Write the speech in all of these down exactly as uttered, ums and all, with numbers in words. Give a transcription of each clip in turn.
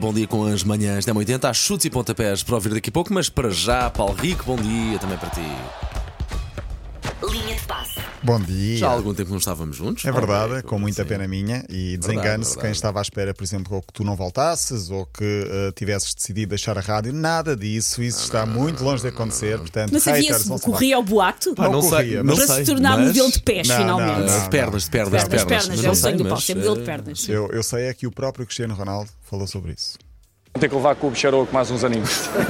Bom dia com as manhãs da M oitenta, há chutes e pontapés para ouvir daqui a pouco, mas para já, Paulo Rico, bom dia também para ti. Linha de passe. Bom dia. Já há algum tempo que não estávamos juntos. É verdade, Rico, com muita sim. pena minha. E desengane-se quem estava à espera, por exemplo, ou que tu não voltasses ou que uh, tivesses decidido deixar a rádio. Nada disso, isso não, está não, muito não, longe de não, acontecer. não, não. Portanto, Mas havia haters, se corria ao boato Não não corria, sei, mas- não para sei, se tornar mas... modelo de pés, Não, finalmente. não, não. De pernas, de pernas, de Pernas, pernas. pernas, Mas é não o sei, sonho do Paulo, mas, ser modelo de eh, pernas. Eu, eu sei é que o próprio Cristiano Ronaldo falou sobre isso. Vou ter que levar com o Bicharoco mais uns aninhos. Pois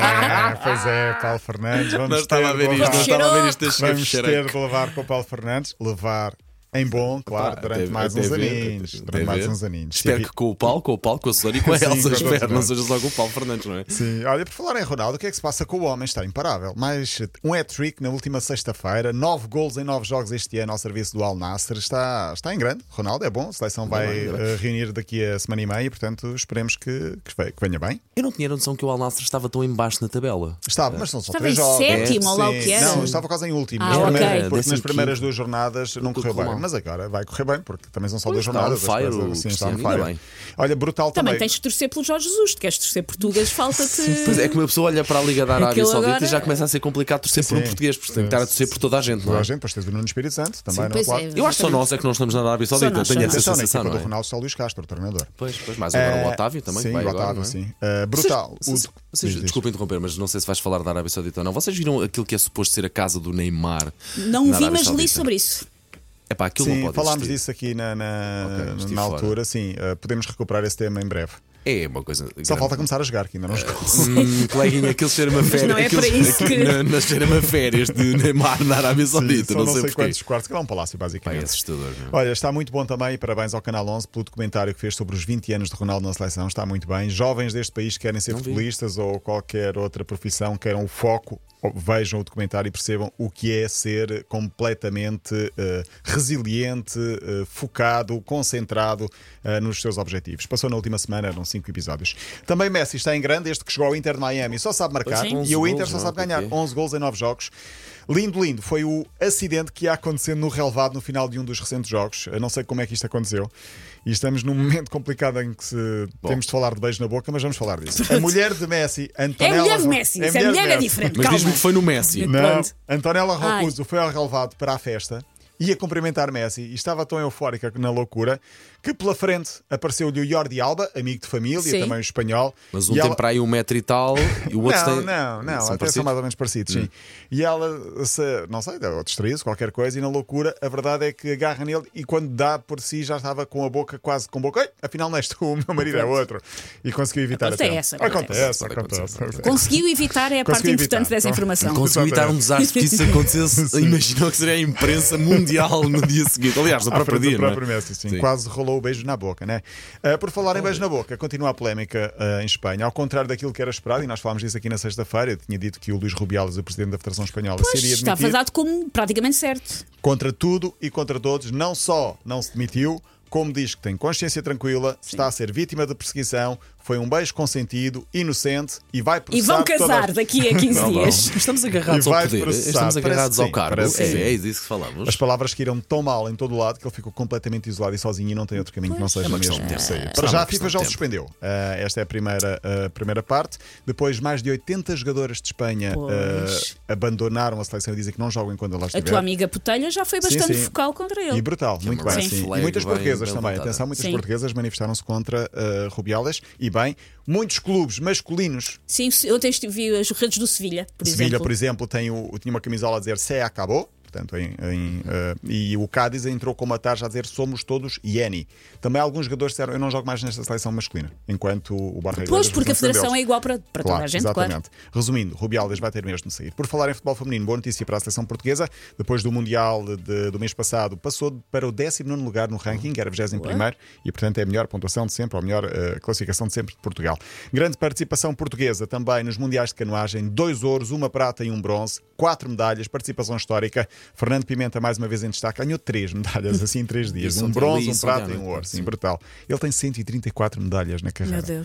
é, pois é, Paulo Fernandes. Vamos Não estava a ter ver de isto, não levar- estava a ver isto. deixa eu Vamos fechar ter aqui. de levar com o Paulo Fernandes. Levar em bom, claro, Pá, durante até- mais até uns ver, aninhos. até Durante mais ver. uns aninhos. Espero Sim. que com o Paulo, com o Paulo, com a Susana e com a Sim, Elsa, com espero, todos não nós. seja só com o Paulo Fernandes, não é? Sim, olha, por falar em Ronaldo, o que é que se passa com o homem? Está imparável. Mais um hat-trick na última sexta-feira, nove golos em nove jogos este ano ao serviço do Al Nassr. Está, está em grande. Ronaldo é bom, a seleção vai bem, ainda bem. eh, reunir daqui a semana e meia e, portanto, esperemos que, que ve- que venha bem. Eu não tinha noção que o Al Nassr estava tão em baixo na tabela. Estava, mas são só Estava três em jogos. sétimo, ou lá o Sim. que era. Não, estava quase em último. Ah, nas ok. primeiras- porque Décimo nas primeiras quinto. duas jornadas não correu correu bem. mal. Mas agora vai correr bem, porque também são só Pois, duas está jornadas. on fire, as coisas- o sim, está on Cristiano, ainda fire. bem. Olha, brutal Também também. tens de torcer pelo Jorge Jesus, tu queres torcer português, falta-te. Pois é que uma pessoa olha para a Liga da Arábia Aquilo Saudita agora- e já começa a ser complicado torcer Sim, por um sim. português, porque tem que estar a torcer por toda a gente, não Toda é? a gente, depois tens o Nuno Espírito Santo também, não é? pois Claro. é. Eu acho que só nós é que não estamos na Arábia Saudita, nós, tenho só essa Atenção, na sensação, equipa não do é? Ronaldo está o Luís Castro, o treinador. Pois, pois, mais agora o Eh, Otávio também, sim, que vai o agora, Otávio, não é? sim. Eh, brutal. Vocês, O- vocês diz, diz. desculpem interromper, mas não sei se vais falar da Arábia Saudita ou não. Vocês viram aquilo que é suposto ser a casa do Neymar? Não na vi, Arábia mas li Saudita? sobre isso. É pá, aquilo Sim, não pode falámos existir. disso aqui na, na, Ok, estive na fora. altura. Sim, eh, podemos recuperar esse tema em breve. É uma coisa. Só grande. falta começar a jogar, que ainda não jogou. Hum, coleguinha, aquilo cheira-me a férias. não é aquilo- para isso aquilo- que- na- Nas cheira-me a férias de Neymar na Arábia Sim, Saudita, são não, não sei sei porquê. quantos quartos, que é um palácio, Pá, é basicamente. assustador. Não é? Olha, está muito bom também e parabéns ao Canal onze pelo documentário que fez sobre os vinte anos de Ronaldo na seleção. Está muito bem. Jovens deste país que querem ser Não vi. futebolistas ou qualquer outra profissão, queiram o foco, ou vejam o documentário e percebam o que é ser completamente eh, resiliente, eh, focado, concentrado eh, nos seus objetivos. Passou na última semana, eram cinco episódios. Também Messi está em grande, este que chegou ao Inter de Miami só sabe marcar Pois sim. e o onze Inter golos, só não? sabe ganhar. Porquê? onze gols em nove jogos. Lindo, lindo. Foi o acidente que ia acontecendo no relevado no final de um dos recentes jogos. Eu não sei como é que isto aconteceu. E estamos num momento complicado em que se... temos de falar de beijo na boca, mas vamos falar disso. A mulher de Messi, É a Antonella... mulher de Messi, É se a mulher é Messi. diferente. Mas Calma. diz-me que foi no Messi. Não, Pronto. Antonella Ai. Roccuzzo foi ao relevado para a festa, ia cumprimentar Messi e estava tão eufórica na loucura que pela frente apareceu-lhe o Jordi Alba, amigo de família, Sim. também o espanhol. Mas um E tem ela- para aí um metro e tal e o outro não, tem. não, não, São até são parecidos? mais ou menos parecidos, sim. E ela, se, não sei, ou distraiu-se, qualquer coisa, e na loucura, a verdade é que agarra nele e quando dá por si já estava com a boca quase com boca. Ei, afinal, não és tu, o meu marido é outro. E conseguiu evitar Acontece, até. acontece. Acontece, acontece. Conseguiu evitar é a parte Conseguiu importante evitar. dessa informação. Conseguiu evitar um desastre que isso acontecesse. Sim. Imaginou que seria a imprensa mundial no dia seguinte. Aliás, no À próprio frente dia. do não é? próprio Messi, sim. Sim. Quase rolou o beijo na boca, né? Uh, por falar em beijo na boca, continua a polémica uh, em Espanha, ao contrário daquilo que era esperado, e nós falámos disso aqui na sexta-feira. Eu tinha dito que o Luís Rubiales, o presidente da Federação Espanhola, Pois, seria estava demitido. dado como praticamente certo. Contra tudo e contra todos, não só não se demitiu, como diz que tem consciência tranquila, está a ser vítima de perseguição, foi um beijo consentido, inocente e vai E processar vão casar todas- daqui a quinze Não, não. dias. Estamos agarrados E ao vai poder. processar. Estamos Parece agarrados que ao sim, cargo. parece É, que sim. é isso que falamos. As palavras que irão tão mal em todo o lado que ele ficou completamente isolado e sozinho e não tem outro caminho que não seja é uma mesmo questão de ter tempo. saído. É, Para é já uma a FIFA questão já o de tempo. suspendeu. Uh, esta é a primeira, a primeira parte. Depois, mais de oitenta jogadoras de Espanha uh, Pois. abandonaram a seleção e dizem que não jogam enquanto ela A estiver. tua amiga Potelha já foi Sim, bastante sim. focal contra E ele. brutal, muito uma bem. red Sim. flag E muitas bem- portuguesas bem também. levantada. Atenção, muitas Sim. portuguesas manifestaram-se contra uh, Rubiales e bem, muitos clubes masculinos. Sim, eu tenho vi as redes do Sevilha, por Sevilha, exemplo. por exemplo, tem o, tinha uma camisola a dizer Se acabou. Portanto, em, em, uh, e o Cádiz entrou com uma tarja a dizer somos todos Ieni. Também alguns jogadores disseram eu não jogo mais nesta seleção masculina, enquanto o Barreiros. Pois, porque a federação é igual para, para toda a gente, claro. Exatamente. Resumindo, Rubiales vai ter mesmo de sair. Por falar em futebol feminino, boa notícia para a seleção portuguesa. Depois do Mundial de, do mês passado, passou para o décimo nono lugar no ranking, era vigésimo primeiro, e portanto é a melhor pontuação de sempre, ou a melhor uh, classificação de sempre de Portugal. Grande participação portuguesa também nos Mundiais de Canoagem, dois ouros, uma prata e um bronze, quatro medalhas, participação histórica. Fernando Pimenta, mais uma vez em destaque, ganhou três medalhas assim em três dias: Isso um ontem bronze, li, um isso prata ontem, e um ouro. sim. Sim, brutal. Ele tem cento e trinta e quatro medalhas na carreira. Meu Deus.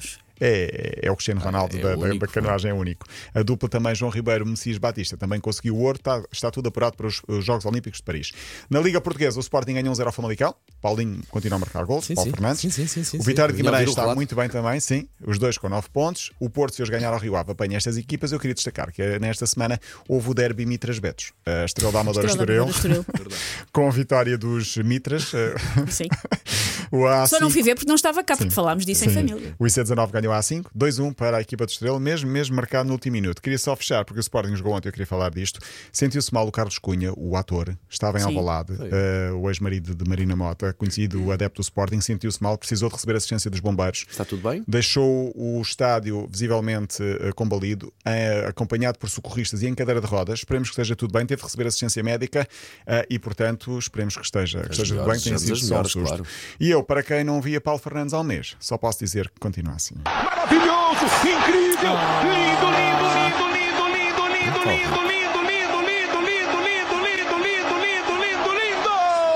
é, é o Cristiano Ronaldo é da, único, da, da canoagem, é único. A dupla também, João Ribeiro, Messias Batista, também conseguiu o ouro, está, está tudo apurado para os, os Jogos Olímpicos de Paris. Na Liga Portuguesa, o Sporting ganhou um zero ao Famalicão, Paulinho continua a marcar gols, sim, Paulo sim. Fernandes. Sim, sim, sim, sim, o Vitória de sim. Guimarães o está relato. muito bem também, sim, os dois com nove pontos. O Porto, se hoje ganhar ao Rio Ave, apanha estas equipas. Eu queria destacar que nesta semana houve o derby Mitras-Betos, a Estrela da Amadora Estrela Estoril, da Amadora com a vitória dos Mitras. Sim. O A Só cinco... não fui ver porque não estava cá, porque falámos disso Sim. em família. O I C dezanove ganhou a A cinco, dois a um para a equipa de Estrela, mesmo, mesmo marcado no último minuto. Queria só fechar, porque o Sporting jogou ontem, eu queria falar disto. Sentiu-se mal o Carlos Cunha, o ator, estava em Sim. Alvalade, uh, o ex-marido de Marina Mota, conhecido adepto do Sporting, sentiu-se mal, precisou de receber assistência dos bombeiros. Está tudo bem? Deixou o estádio visivelmente uh, combalido, uh, acompanhado por socorristas e em cadeira de rodas. Esperemos que esteja tudo bem. Teve de receber assistência médica uh, e, portanto, esperemos que esteja, que esteja tudo bem. Tem sido só um susto. Claro. E eu, para quem não via Paulo Fernandes ao mês, só posso dizer que continua assim. Maravilhoso, incrível, lindo, lindo, lindo, lindo, lindo, lindo, lindo, lindo, lindo, lindo, lindo, lindo, lindo, lindo, lindo, lindo, lindo.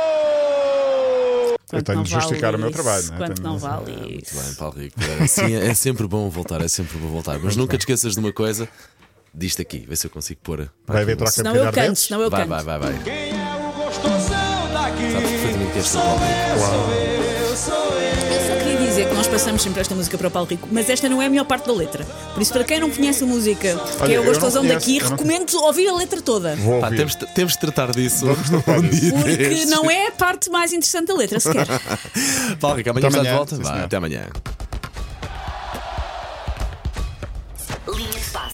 Eu tenho de justificar vale o meu trabalho, isso, não é? Quanto Tenho... não vale Muito isso. bem, Paulo Rico. É, sim, é sempre bom voltar, é sempre bom voltar. Mas nunca te esqueças de uma coisa, disto aqui, vê se eu consigo pôr. Vai haver troca de Senão eu canto, calhar senão eu Vai, canto. vai, vai, vai. Quem é o gostosão daqui? Sabe perfeitamente que este é o Paulo Rico. Sou eu, sou eu. Eu só queria dizer que nós passamos sempre esta música para o Paulo Rico, mas esta não é a melhor parte da letra. Por isso, para quem não conhece a música, que Olha, é o eu não gostosão conheço, daqui, eu não- recomendo ouvir a letra toda. Vou Pá, ouvir. temos, temos de tratar disso Vamos tratar um disso. dia Porque destes. não é a parte mais interessante da letra, sequer. Paulo Rico, amanhã Até está de amanhã, volta. sim, Vai, senhor. até amanhã.